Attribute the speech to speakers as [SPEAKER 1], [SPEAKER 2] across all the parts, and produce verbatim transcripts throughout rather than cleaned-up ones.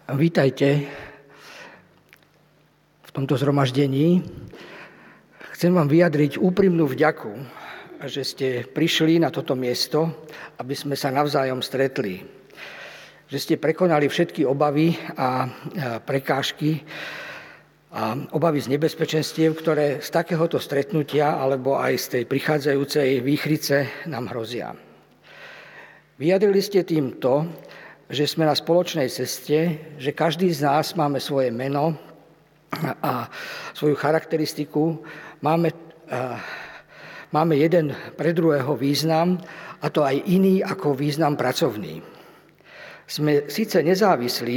[SPEAKER 1] Vítajte v tomto zhromaždení. Chcem vám vyjadriť úprimnú vďaku, že ste prišli na toto miesto, aby sme sa navzájom stretli. Že ste prekonali všetky obavy a prekážky a obavy z nebezpečenstiev, ktoré z takéhoto stretnutia alebo aj z tej prichádzajúcej výchrice nám hrozia. Vyjadrili ste tým to, že sme na spoločnej ceste, že každý z nás máme svoje meno a svoju charakteristiku, máme, máme jeden pre druhého význam, a to aj iný ako význam pracovný. Sme síce nezávislí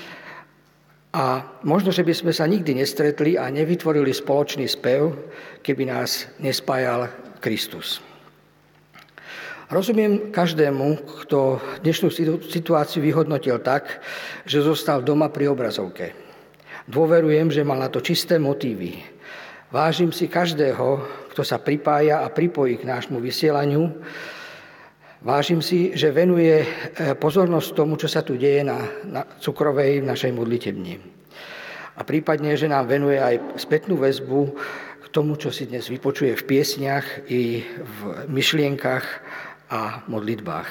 [SPEAKER 1] a možno, že by sme sa nikdy nestretli a nevytvorili spoločný spev, keby nás nespájal Kristus. Rozumiem každému, kto dnešnú situáciu vyhodnotil tak, že zostal doma pri obrazovke. Dôverujem, že mal na to čisté motívy. Vážim si každého, kto sa pripája a pripojí k nášmu vysielaniu. Vážim si, že venuje pozornosť tomu, čo sa tu deje na, na Cukrovej v našej modlitebni. A prípadne, že nám venuje aj spätnú väzbu k tomu, čo si dnes vypočuje v piesniach i v myšlienkach a modlitbách.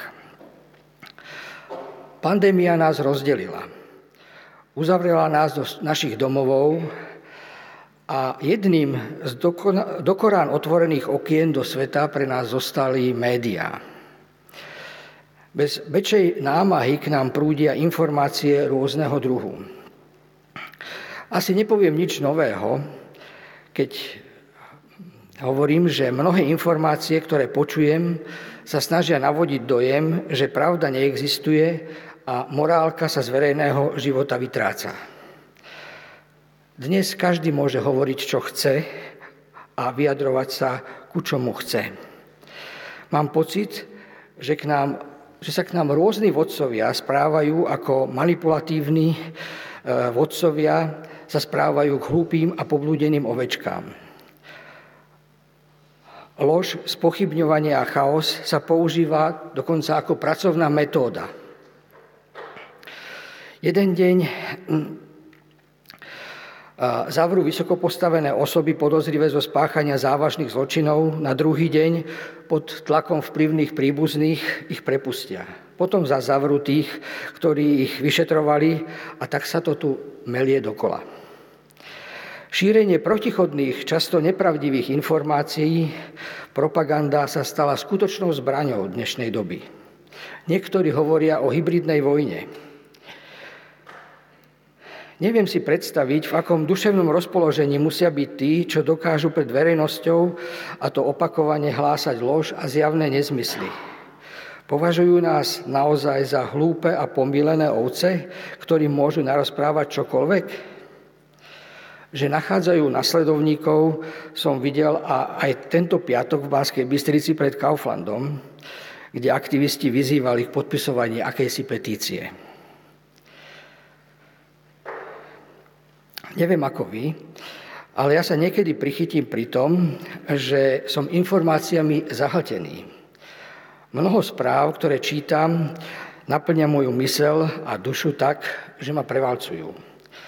[SPEAKER 1] Pandémia nás rozdelila. Uzavrela nás do našich domovov a jedným z dokorán otvorených okien do sveta pre nás zostali médiá. Bez väčšej námahy k nám prúdia informácie rôzneho druhu. Asi nepoviem nič nového, keď hovorím, že mnohé informácie, ktoré počujem, sa snažia navodiť dojem, že pravda neexistuje a morálka sa z verejného života vytráca. Dnes každý môže hovoriť, čo chce a vyjadrovať sa, ku čomu chce. Mám pocit, že, k nám, že sa k nám rôzni vodcovia správajú ako manipulatívni vodcovia, sa správajú k hlúpým a poblúdeným ovečkám. Lož, spochybňovanie a chaos sa používa dokonca ako pracovná metóda. Jeden deň zavrú vysoko postavené osoby podozrivé zo spáchania závažných zločinov, na druhý deň pod tlakom vplyvných príbuzných ich prepustia. Potom za zavrú tých, ktorí ich vyšetrovali, a tak sa to tu melie dokola. Šírenie protichodných, často nepravdivých informácií, propaganda sa stala skutočnou zbraňou dnešnej doby. Niektorí hovoria o hybridnej vojne. Neviem si predstaviť, v akom duševnom rozpoložení musia byť tí, čo dokážu pred verejnosťou, a to opakovane, hlásať lož a zjavné nezmysly. Považujú nás naozaj za hlúpe a pomýlené ovce, ktorí môžu narozprávať čokoľvek? Že nachádzajú nasledovníkov, som videl a aj tento piatok v Banskej Bystrici pred Kauflandom, kde aktivisti vyzývali k podpisovaní akejsi petície. Neviem ako vy, ale ja sa niekedy prichytím pri tom, že som informáciami zahltený. Mnoho správ, ktoré čítam, naplňa moju myseľ a dušu tak, že ma prevalcujú.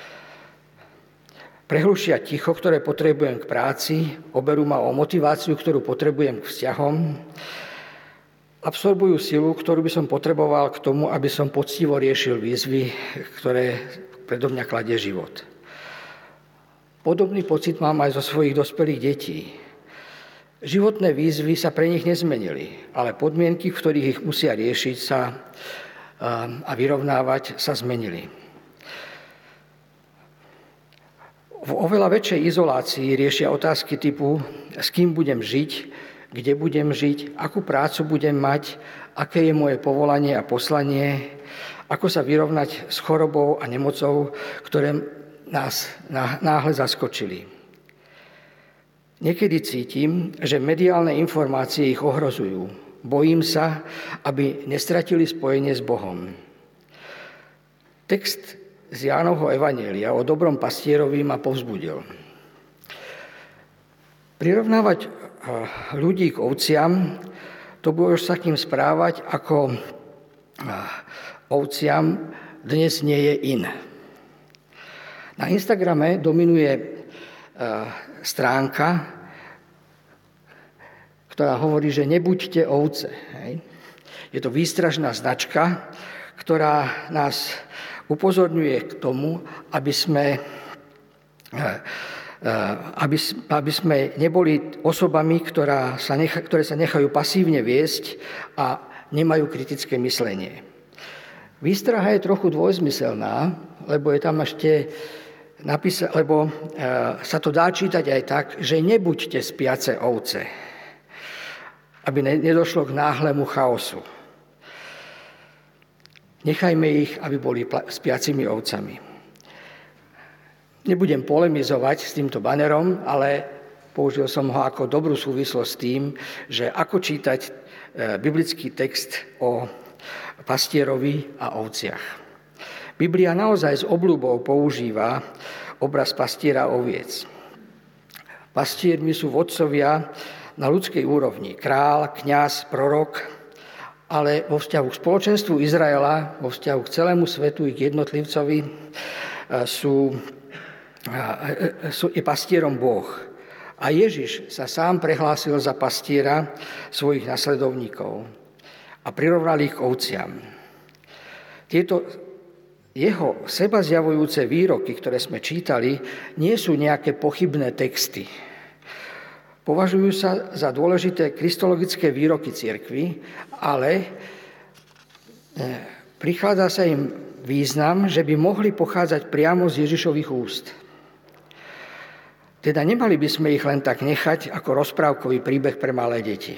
[SPEAKER 1] Prehlušia ticho, ktoré potrebujem k práci, oberú ma o motiváciu, ktorú potrebujem k vzťahom, absorbujú silu, ktorú by som potreboval k tomu, aby som poctivo riešil výzvy, ktoré predo mňa kladie život. Podobný pocit mám aj zo svojich dospelých detí. Životné výzvy sa pre nich nezmenili, ale podmienky, v ktorých ich musia riešiť sa a vyrovnávať, sa zmenili. V oveľa väčšej izolácii riešia otázky typu, s kým budem žiť, kde budem žiť, akú prácu budem mať, aké je moje povolanie a poslanie, ako sa vyrovnať s chorobou a nemocou, ktoré nás náhle zaskočili. Niekedy cítim, že mediálne informácie ich ohrozujú. Bojím sa, aby nestratili spojenie s Bohom. Text z Jánovho evanjelia o dobrom pastierovi ma povzbudil. Prirovnávať ľudí k ovciam, to bude sa k ním správať ako ovciam dnes nie je in. Na Instagrame dominuje stránka, ktorá hovorí, že nebuďte ovce. Hej. Je to výstražná značka, ktorá nás upozorňuje k tomu, aby sme, aby, aby sme neboli osobami, ktorá sa nech, ktoré sa nechajú pasívne viesť a nemajú kritické myslenie. Výstraha je trochu dvojzmyselná, lebo je tam ešte napísa- lebo e, sa to dá čítať aj tak, že nebuďte spiace ovce, aby ne- nedošlo k náhlemu chaosu. Nechajme ich, aby boli pla- spiacimi ovcami. Nebudem polemizovať s týmto banerom, ale použil som ho ako dobrú súvislosť s tým, že ako čítať e, biblický text o pastierovi a ovciach. Biblia naozaj s obľubou používa obraz pastiera oviec. Pastiermi sú vodcovia na ľudskej úrovni, král, kňaz, prorok, ale vo vzťahu k spoločenstvu Izraela, vo vzťahu k celému svetu i k jednotlivcovi sú, sú, je pastierom Boh. A Ježiš sa sám prehlásil za pastiera svojich nasledovníkov a prirovnal ich k ovciam. Tieto jeho sebazjavujúce výroky, ktoré sme čítali, nie sú nejaké pochybné texty. Považujú sa za dôležité kristologické výroky cirkvi, ale prichádza sa im význam, že by mohli pochádzať priamo z Ježišových úst. Teda nemali by sme ich len tak nechať ako rozprávkový príbeh pre malé deti.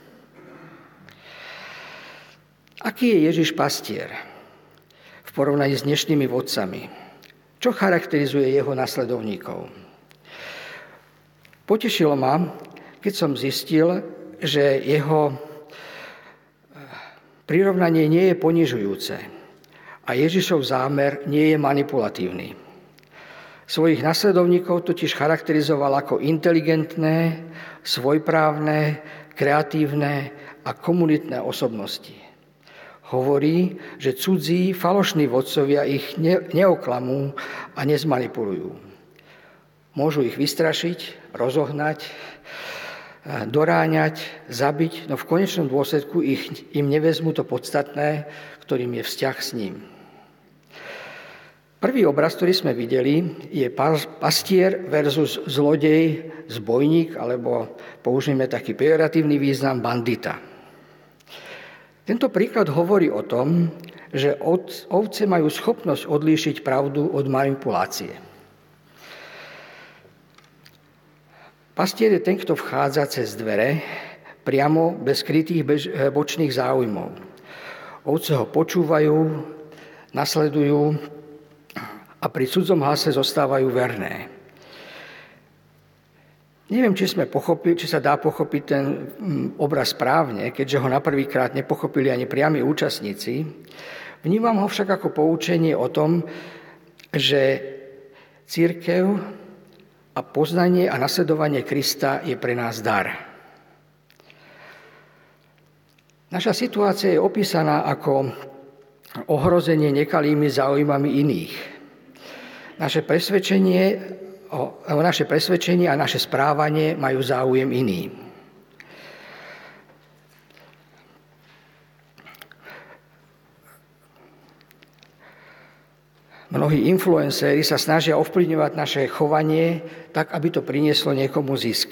[SPEAKER 1] Aký je Ježiš pastier v porovnaní s dnešnými vodcami? Čo charakterizuje jeho nasledovníkov? Potešilo ma, keď som zistil, že jeho prirovnanie nie je ponižujúce a Ježišov zámer nie je manipulatívny. Svojich nasledovníkov totiž charakterizoval ako inteligentné, svojprávne, kreatívne a komunitné osobnosti. Hovorí, že cudzí, falošní vodcovia ich ne, neoklamú a nezmanipulujú. Môžu ich vystrašiť, rozohnať, doráňať, zabiť, no v konečnom dôsledku ich, im nevezmú to podstatné, ktorým je vzťah s ním. Prvý obraz, ktorý sme videli, je pastier versus zlodej, zbojník, alebo použijeme taký pejoratívny význam, bandita. Tento príklad hovorí o tom, že ovce majú schopnosť odlíšiť pravdu od manipulácie. Pastier je ten, kto vchádza cez dvere, priamo bez skrytých bočných záujmov. Ovce ho počúvajú, nasledujú a pri cudzom hlase zostávajú verné. Neviem, či sme pochopili, či sa dá pochopiť ten obraz správne, keďže ho na prvýkrát nepochopili ani priami účastníci. Vnímam ho však ako poučenie o tom, že cirkev a poznanie a nasledovanie Krista je pre nás dar. Naša situácia je opísaná ako ohrozenie nekalými záujmami iných. Naše presvedčenie O, o naše presvedčenie a naše správanie majú záujem iný. Mnohí influencéri sa snažia ovplyvňovať naše chovanie tak, aby to prinieslo niekomu zisk.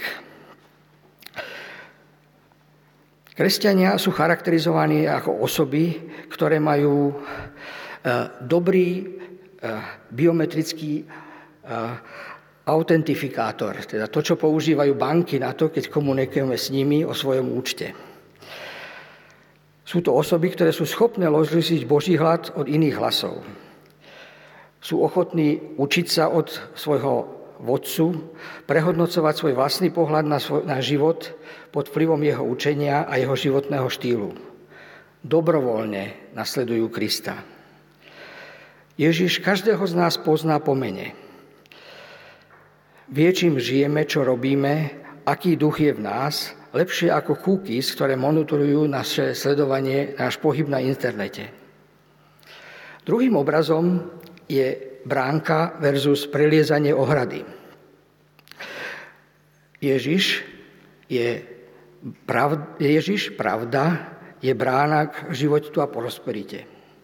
[SPEAKER 1] Kresťania sú charakterizovaní ako osoby, ktoré majú dobrý biometrický autentifikátor, teda to, čo používajú banky na to, keď komunikujeme s nimi o svojom účte. Sú to osoby, ktoré sú schopné rozlíšiť Boží hlas od iných hlasov. Sú ochotní učiť sa od svojho vodcu, prehodnocovať svoj vlastný pohľad na, svoj, na život pod vplyvom jeho učenia a jeho životného štýlu. Dobrovoľne nasledujú Krista. Ježiš každého z nás pozná po mene. Vie, čím žijeme, čo robíme, aký duch je v nás, lepšie ako cookies, ktoré monitorujú naše sledovanie, náš pohyb na internete. Druhým obrazom je bránka versus preliezanie ohrady. Ježiš je prav, Ježiš, pravda, je brána k životu a prosperite.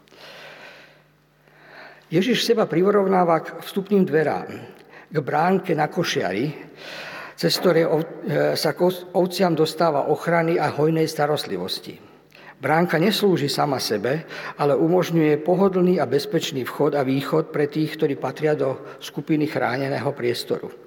[SPEAKER 1] Ježiš seba prirovnáva k vstupným dverám, k bránke na košiari, cez ktoré sa k ovciam dostáva ochrany a hojnej starostlivosti. Bránka neslúži sama sebe, ale umožňuje pohodlný a bezpečný vchod a východ pre tých, ktorí patria do skupiny chráneného priestoru.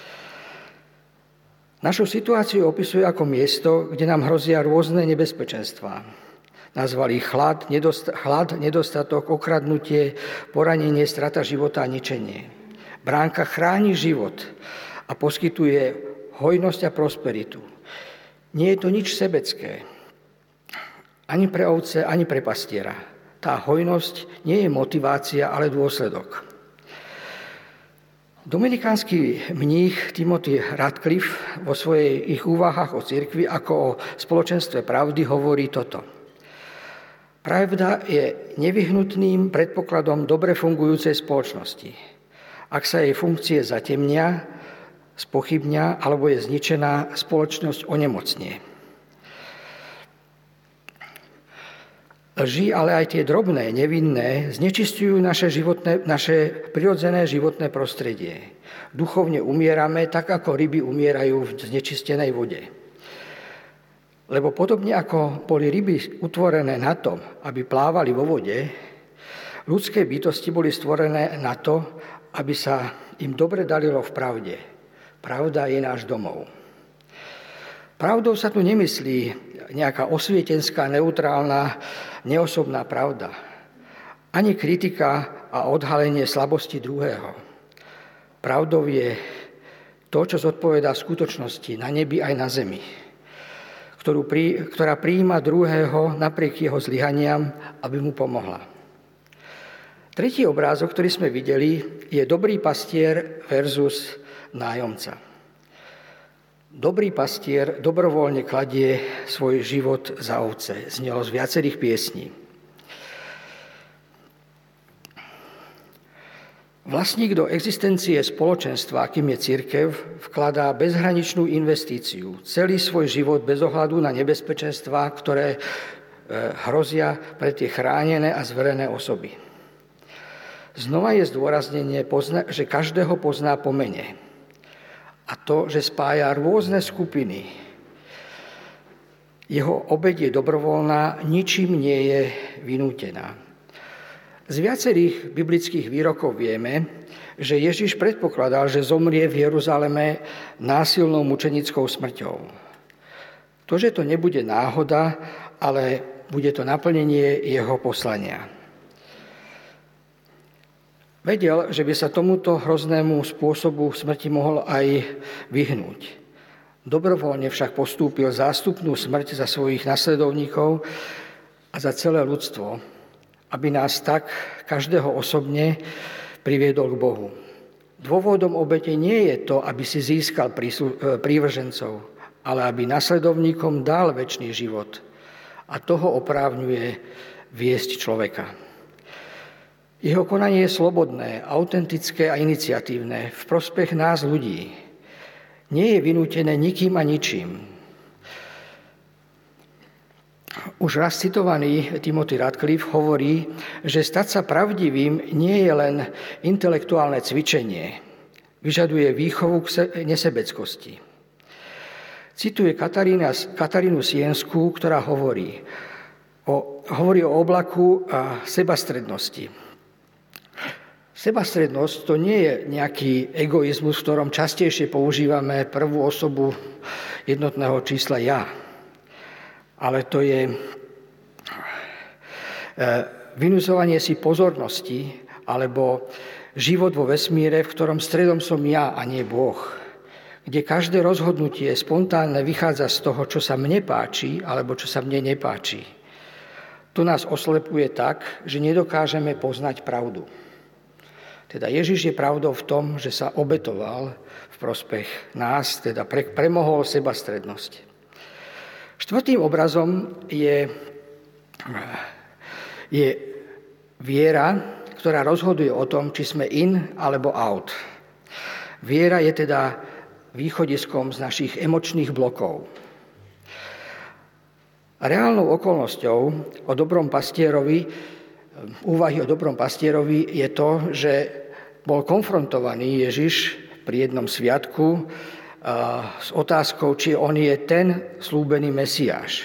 [SPEAKER 1] Našu situáciu opisuje ako miesto, kde nám hrozia rôzne nebezpečenstvá. Nazvali chlad, nedost- chlad, nedostatok, okradnutie, poranenie, strata života a ničenie. Bránka chráni život a poskytuje hojnosť a prosperitu. Nie je to nič sebecké. Ani pre ovce, ani pre pastiera. Tá hojnosť nie je motivácia, ale dôsledok. Dominikánsky mních Timothy Radcliffe vo svojich ich úvahách o cirkvi ako o spoločenstve pravdy hovorí toto. Pravda je nevyhnutným predpokladom dobre fungujúcej spoločnosti. Ak sa jej funkcie zatemnia, spochybňa alebo je zničená, spoločnosť onemocnie. Lži, ale aj tie drobné, nevinné, znečisťujú naše, životné, naše prirodzené životné prostredie. Duchovne umierame, tak ako ryby umierajú v znečistenej vode. Lebo podobne ako boli ryby utvorené na to, aby plávali vo vode, ľudské bytosti boli stvorené na to, aby sa im dobre darilo v pravde. Pravda je náš domov. Pravdou sa tu nemyslí nejaká osvietenská, neutrálna, neosobná pravda. Ani kritika a odhalenie slabosti druhého. Pravdou je to, čo zodpovedá skutočnosti na nebi aj na zemi, ktorú prí, ktorá prijíma druhého napriek jeho zlyhaniam, aby mu pomohla. Tretí obrázok, ktorý sme videli, je dobrý pastier versus nájomca. Dobrý pastier dobrovoľne kladie svoj život za ovce. Znelo z viacerých piesní. Vlastník do existencie spoločenstva, akým je cirkev, vkladá bezhraničnú investíciu, celý svoj život bez ohľadu na nebezpečenstvá, ktoré hrozia pre tie chránené a zverené osoby. Znova je zdôraznenie, že každého pozná po mene. A to, že spája rôzne skupiny. Jeho obeť je dobrovoľná, ničím nie je vynútená. Z viacerých biblických výrokov vieme, že Ježiš predpokladal, že zomrie v Jeruzaleme násilnou mučenickou smrťou. To, že to nebude náhoda, ale bude to naplnenie jeho poslania. Vedel, že by sa tomuto hroznému spôsobu smrti mohol aj vyhnúť. Dobrovoľne však postúpil zástupnú smrť za svojich nasledovníkov a za celé ľudstvo, aby nás tak, každého osobne, priviedol k Bohu. Dôvodom obete nie je to, aby si získal prívržencov, ale aby nasledovníkom dal večný život. A toho oprávňuje viesť človeka. Jeho konanie je slobodné, autentické a iniciatívne v prospech nás ľudí. Nie je vynútené nikým a ničím. Už raz citovaný Timothy Radcliffe hovorí, že stať sa pravdivým nie je len intelektuálne cvičenie. Vyžaduje výchovu k nesebeckosti. Cituje Katarínu Sienskú, ktorá hovorí o, hovorí o oblaku a sebastrednosti. Sebastrednosť to nie je nejaký egoizmus, v ktorom častejšie používame prvú osobu jednotného čísla ja. Ale to je vynúcovanie si pozornosti alebo život vo vesmíre, v ktorom stredom som ja a nie Boh. Kde každé rozhodnutie spontánne vychádza z toho, čo sa mne páči alebo čo sa mne nepáči. To nás oslepuje tak, že nedokážeme poznať pravdu. Teda Ježiš je pravdou v tom, že sa obetoval v prospech nás, teda pre, premohol sebastrednosť. Štvrtým obrazom je, je viera, ktorá rozhoduje o tom, či sme in alebo out. Viera je teda východiskom z našich emočných blokov. A reálnou okolnosťou o dobrom pastierovi, úvahy o dobrom pastierovi je to, že bol konfrontovaný Ježiš pri jednom sviatku s otázkou, či on je ten slúbený Mesiáš.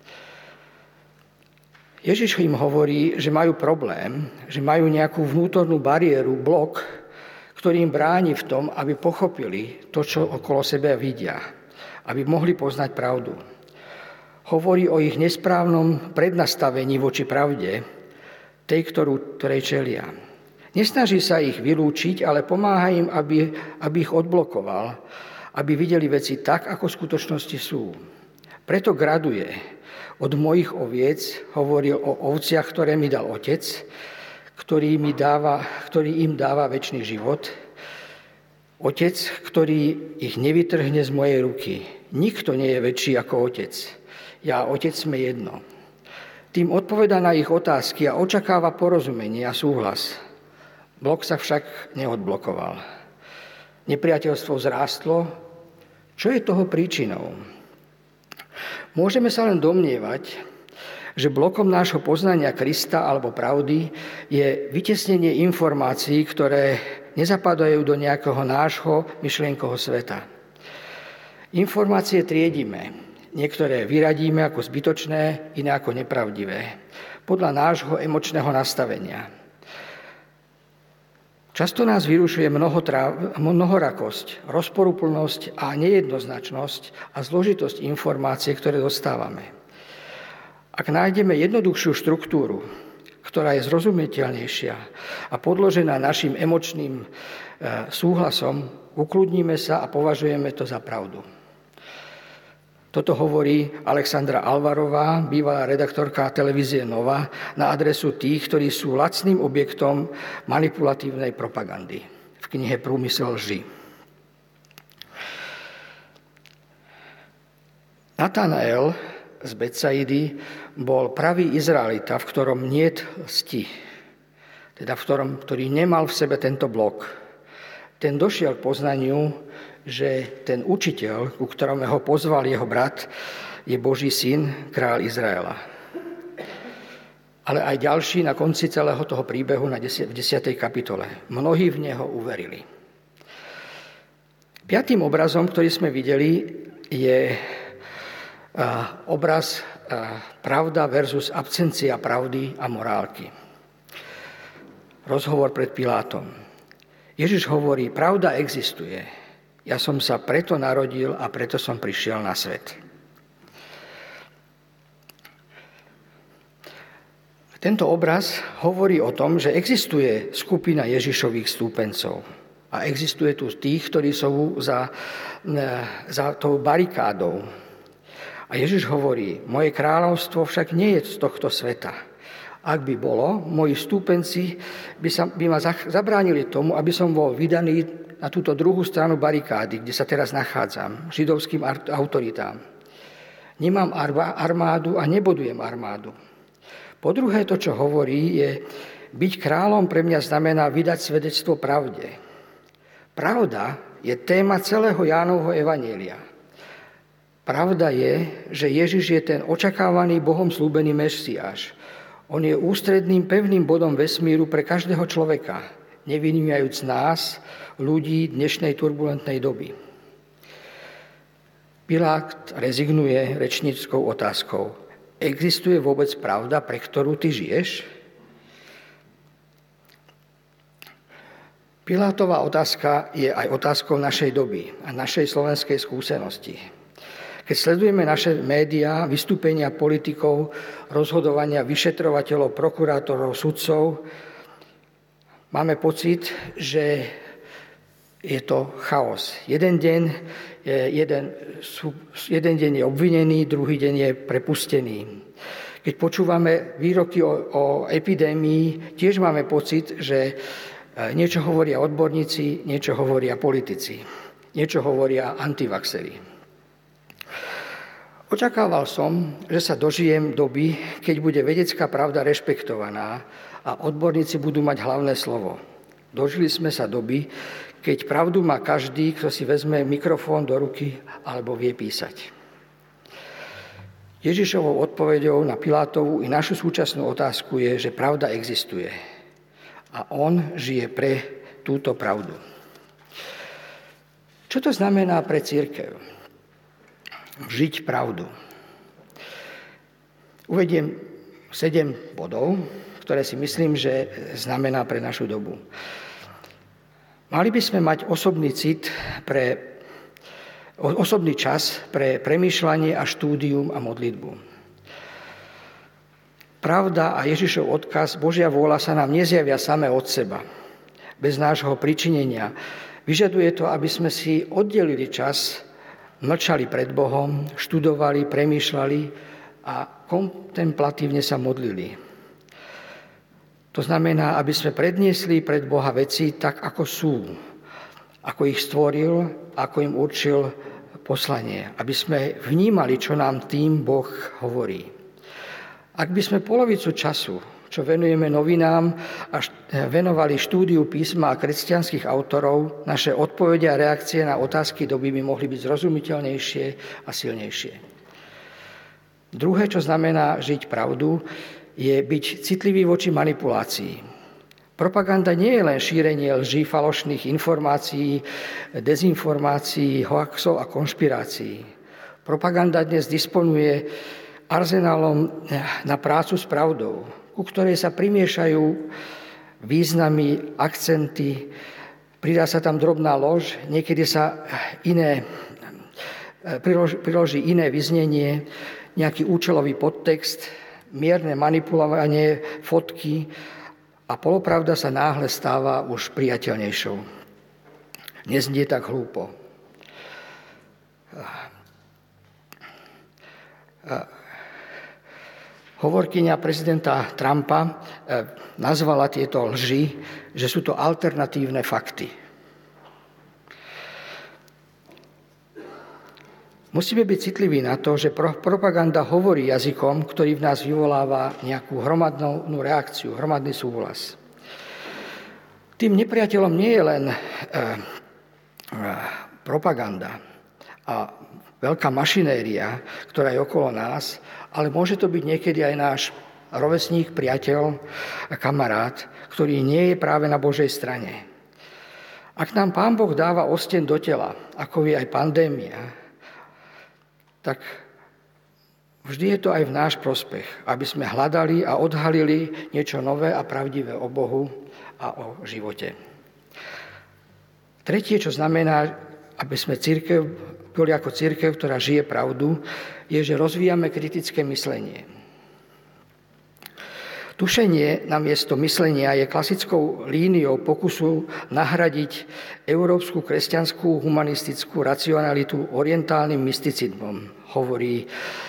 [SPEAKER 1] Ježiš im hovorí, že majú problém, že majú nejakú vnútornú bariéru, blok, ktorý im bráni v tom, aby pochopili to, čo okolo seba vidia, aby mohli poznať pravdu. Hovorí o ich nesprávnom prednastavení voči pravde, tej, ktorú, ktorej čelia. Nesnaží sa ich vylúčiť, ale pomáha im, aby, aby ich odblokoval, aby videli veci tak, ako v skutočnosti sú. Preto graduje. Od mojich oviec hovoril o ovciach, ktoré mi dal Otec, ktorý, mi dáva, ktorý im dáva večný život. Otec, ktorý ich nevytrhne z mojej ruky. Nikto nie je väčší ako Otec. Ja a Otec sme jedno. Tým odpovedá na ich otázky a očakáva porozumenie a súhlas. Blok sa však neodblokoval. Nepriateľstvo vzrástlo. Čo je toho príčinou? Môžeme sa len domnievať, že blokom nášho poznania Krista alebo pravdy je vytesnenie informácií, ktoré nezapadajú do nejakého nášho myšlienkového sveta. Informácie triedime. Niektoré vyradíme ako zbytočné, iné ako nepravdivé. Podľa nášho emočného nastavenia. Často nás vyrušuje mnohorakosť, rozporuplnosť a nejednoznačnosť a zložitosť informácie, ktoré dostávame. Ak nájdeme jednoduchšiu štruktúru, ktorá je zrozumiteľnejšia a podložená našim emočným súhlasom, ukludníme sa a považujeme to za pravdu. Toto hovorí Alexandra Alvarová, bývalá redaktorka televízie Nova, na adresu tých, ktorí sú lacným objektom manipulatívnej propagandy v knihe Prúmysel lži. Natanael z Betsaidy bol pravý Izraelita, v ktorom niet cti, teda v ktorom, ktorý nemal v sebe tento blok. Ten došiel k poznaniu, že ten učiteľ, ku ktorému ho pozval jeho brat, je Boží syn, kráľ Izraela. Ale aj ďalší na konci celého toho príbehu v desiatej kapitole. Mnohí v neho uverili. Piatým obrazom, ktorý sme videli, je obraz pravda versus absencia pravdy a morálky. Rozhovor pred Pilátom. Ježiš hovorí, pravda existuje. Ja som sa preto narodil a preto som prišiel na svet. Tento obraz hovorí o tom, že existuje skupina Ježišových stúpencov. A existuje tu tých, ktorí sú za, za tou barikádou. A Ježiš hovorí, moje kráľovstvo však nie je z tohto sveta. Ak by bolo, moji stúpenci by, sa, by ma zabránili tomu, aby som bol vydaný na túto druhú stranu barikády, kde sa teraz nachádzam, židovským autoritám. Nemám armádu a nebudujem armádu. Po druhé, to, čo hovorí, je, byť kráľom pre mňa znamená vydať svedectvo pravde. Pravda je téma celého Jánovho evanjelia. Pravda je, že Ježiš je ten očakávaný Bohom slúbený Mesiáš. On je ústredným pevným bodom vesmíru pre každého človeka, nevynímajúc nás, ľudí dnešnej turbulentnej doby. Pilát rezignuje rečníckou otázkou. Existuje vôbec pravda, pre ktorú ty žiješ? Pilátová otázka je aj otázkou našej doby a našej slovenskej skúsenosti. Keď sledujeme naše médiá, vystúpenia politikov, rozhodovania vyšetrovateľov, prokurátorov, sudcov, máme pocit, že je to chaos. Jeden deň, jeden, jeden deň je obvinený, druhý deň je prepustený. Keď počúvame výroky o, o epidémii, tiež máme pocit, že niečo hovoria odborníci, niečo hovoria politici, niečo hovoria antivaxeri. Očakával som, že sa dožijem doby, keď bude vedecká pravda rešpektovaná a odborníci budú mať hlavné slovo. Dožili sme sa doby, keď pravdu má každý, kto si vezme mikrofón do ruky alebo vie písať. Ježišovou odpoveďou na Pilátovú i našu súčasnú otázku je, že pravda existuje a on žije pre túto pravdu. Čo to znamená pre cirkev? Žiť pravdu. Uvediem sedem bodov, ktoré si myslím, že znamená pre našu dobu. Mali by sme mať osobný cit pre, osobný čas pre premýšľanie a štúdium a modlitbu. Pravda a Ježišov odkaz, Božia vôľa sa nám nezjavia samé od seba, bez nášho pričinenia. Vyžaduje to, aby sme si oddelili čas, mlčali pred Bohom, študovali, premýšľali a kontemplatívne sa modlili. To znamená, aby sme predniesli pred Boha veci tak, ako sú, ako ich stvoril, ako im určil poslanie. Aby sme vnímali, čo nám tým Boh hovorí. Ak by sme polovicu času, čo venujeme novinám, a venovali štúdiu písma a kresťanských autorov, naše odpovede a reakcie na otázky doby by mohli byť zrozumiteľnejšie a silnejšie. Druhé, čo znamená žiť pravdu, je byť citlivý voči manipulácii. Propaganda nie je len šírenie lží, falošných informácií, dezinformácií, hoaxov a konšpirácií. Propaganda dnes disponuje arzenálom na prácu s pravdou, ku ktorej sa primiešajú významy, akcenty, pridá sa tam drobná lož, niekedy sa iné, priloží iné vyznenie, nejaký účelový podtext, mierne manipulovanie, fotky a polopravda sa náhle stáva už priateľnejšou. Neznie tak hlúpo. Hovorkyňa prezidenta Trumpa nazvala tieto lži, že sú to alternatívne fakty. Musíme byť citliví na to, že propaganda hovorí jazykom, ktorý v nás vyvoláva nejakú hromadnú reakciu, hromadný súhlas. Tým nepriateľom nie je len e, e, propaganda a veľká mašinéria, ktorá je okolo nás, ale môže to byť niekedy aj náš rovesník, priateľ a kamarát, ktorý nie je práve na Božej strane. Ak nám Pán Boh dáva osten do tela, ako je aj pandémia, tak vždy je to aj v náš prospech, aby sme hľadali a odhalili niečo nové a pravdivé o Bohu a o živote. Tretie, čo znamená, aby sme cirkev, boli ako cirkev, ktorá žije pravdu, je, že rozvíjame kritické myslenie. Tušenie namiesto myslenia je klasickou líniou pokusu nahradiť európsku kresťanskú humanistickú racionalitu orientálnym mysticizmom, hovorí e,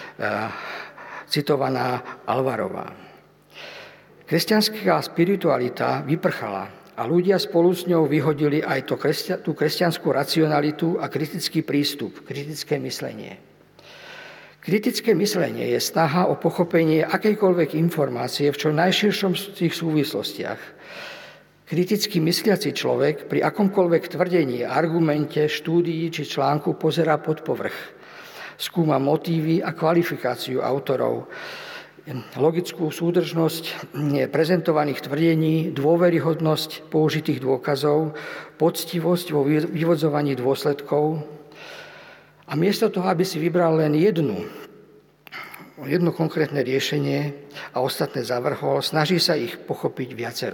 [SPEAKER 1] citovaná Alvarová. Kresťanská spiritualita vyprchala a ľudia spolu s ňou vyhodili aj to kresťa, tú kresťanskú racionalitu a kritický prístup, kritické myslenie. Kritické myslenie je snaha o pochopenie akejkoľvek informácie v čo najširšom tých súvislostiach. Kriticky mysliaci človek pri akomkoľvek tvrdení, argumente, štúdii či článku pozerá pod povrch. Skúma motívy a kvalifikáciu autorov, logickú súdržnosť prezentovaných tvrdení, dôveryhodnosť použitých dôkazov, poctivosť vo vyvodzovaní dôsledkov. A miesto toho, aby si vybral len jednu, jedno konkrétne riešenie a ostatné zavrhol, snaží sa ich pochopiť viacero.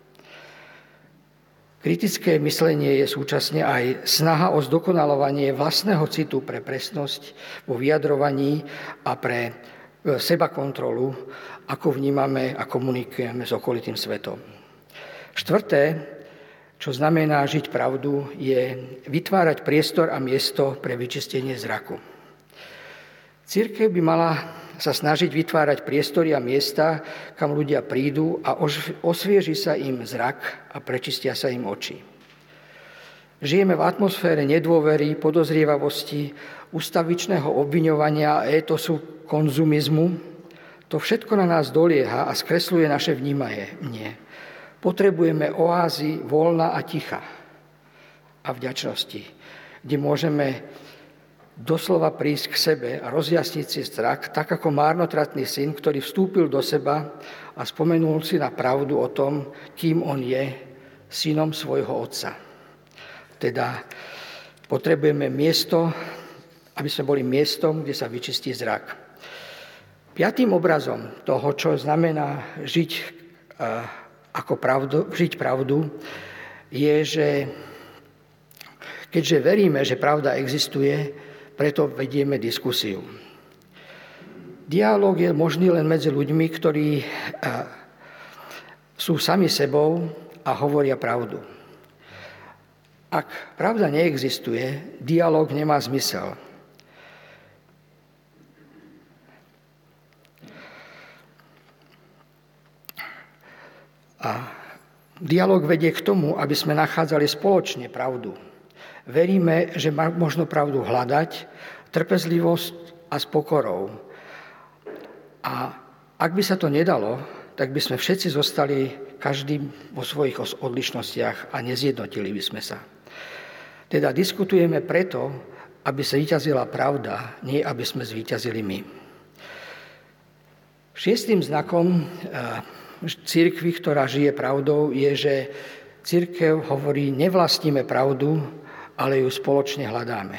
[SPEAKER 1] Kritické myslenie je súčasne aj snaha o zdokonalovanie vlastného citu pre presnosť vo vyjadrovaní a pre sebakontrolu, ako vnímame a komunikujeme s okolitým svetom. Štvrté, čo znamená žiť pravdu, je vytvárať priestor a miesto pre vyčistenie zraku. Cirkev by mala sa snažiť vytvárať priestory a miesta, kam ľudia prídu a osvieži sa im zrak a prečistia sa im oči. Žijeme v atmosfére nedôvery, podozrievavosti, ustavičného obviňovania a étosu konzumizmu. To všetko na nás dolieha a skresľuje naše vnímanie. Potrebujeme oázy voľna a ticha a vďačnosti, kde môžeme doslova prísť k sebe a rozjasniť si zrak, tak ako márnotratný syn, ktorý vstúpil do seba a spomenul si na pravdu o tom, kým on je, synom svojho otca. Teda potrebujeme miesto, aby sme boli miestom, kde sa vyčistí zrak. Piatým obrazom toho, čo znamená žiť ako pravdu, žiť pravdu, je, že keďže veríme, že pravda existuje, preto vedieme diskusiu. Dialóg je možný len medzi ľuďmi, ktorí sú sami sebou a hovoria pravdu. Ak pravda neexistuje, dialóg nemá zmysel. A dialóg vedie k tomu, aby sme nachádzali spoločne pravdu. Veríme, že možno pravdu hľadať, trpezlivosť a s pokorou. A ak by sa to nedalo, tak by sme všetci zostali každý vo svojich odlišnostiach a nezjednotili by sme sa. Teda diskutujeme preto, aby sa zvíťazila pravda, nie aby sme zvíťazili my. Šiestým znakom cirkvi, ktorá žije pravdou, je, že cirkev hovorí, nevlastníme pravdu, ale ju spoločne hľadáme.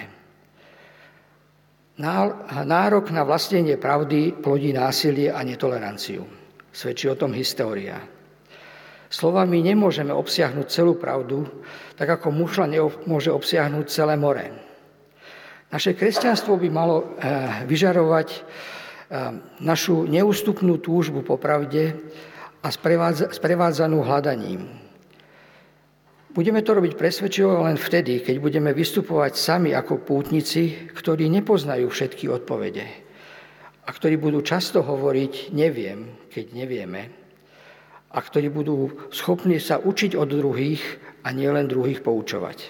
[SPEAKER 1] Nárok na vlastnenie pravdy plodí násilie a netoleranciu. Svedčí o tom história. Slovami nemôžeme obsiahnuť celú pravdu, tak ako mušľa nemôže obsiahnuť celé more. Naše kresťanstvo by malo vyžarovať našu neústupnú túžbu po pravde a sprevádzanú hľadaním. Budeme to robiť presvedčivo len vtedy, keď budeme vystupovať sami ako pútnici, ktorí nepoznajú všetky odpovede a ktorí budú často hovoriť neviem, keď nevieme, a ktorí budú schopní sa učiť od druhých a nielen druhých poučovať.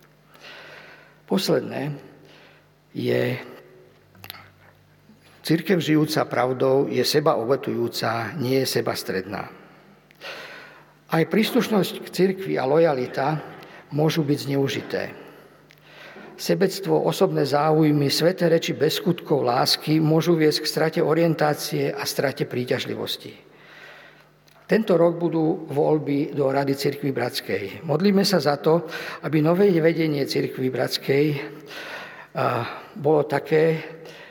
[SPEAKER 1] Posledné je cirkev žijúca pravdou je seba obetujúca, nie je sebastredná. Aj príslušnosť k cirkvi a lojalita môžu byť zneužité. Sebectvo, osobné záujmy, sväté reči bez skutkov lásky môžu viesť k strate orientácie a strate príťažlivosti. Tento rok budú voľby do Rady cirkvi bratskej. Modlíme sa za to, aby nové vedenie cirkvi bratskej bolo také,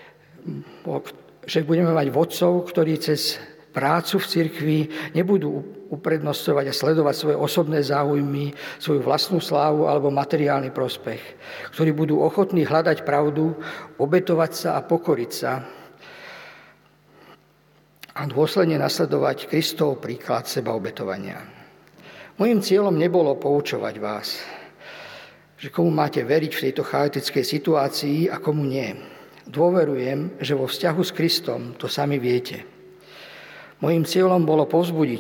[SPEAKER 1] že budeme mať vodcov, ktorí cez prácu v cirkvi nebudú uprednostňovať a sledovať svoje osobné záujmy, svoju vlastnú slávu alebo materiálny prospech, ktorí budú ochotní hľadať pravdu, obetovať sa a pokoriť sa a dôsledne nasledovať Kristov príklad sebaobetovania. Mojím cieľom nebolo poučovať vás, že komu máte veriť v tejto chaotickej situácii a komu nie. Dôverujem, že vo vzťahu s Kristom to sami viete. Mojím cieľom bolo povzbudiť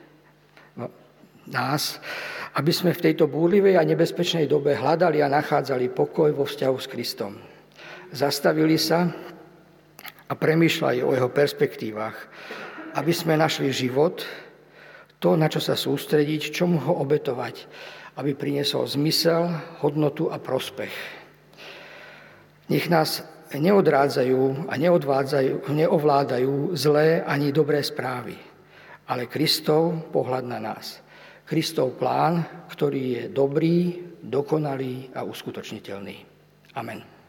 [SPEAKER 1] nás, aby sme v tejto búrlivej a nebezpečnej dobe hľadali a nachádzali pokoj vo vzťahu s Kristom. Zastavili sa a premýšľali o jeho perspektívach, aby sme našli život, to, na čo sa sústrediť, čomu ho obetovať, aby priniesol zmysel, hodnotu a prospech. Nech nás neodrádzajú a neodvádzajú, neovládajú zlé ani dobré správy, ale Kristov pohľad na nás. Kristov plán, ktorý je dobrý, dokonalý a uskutočniteľný. Amen.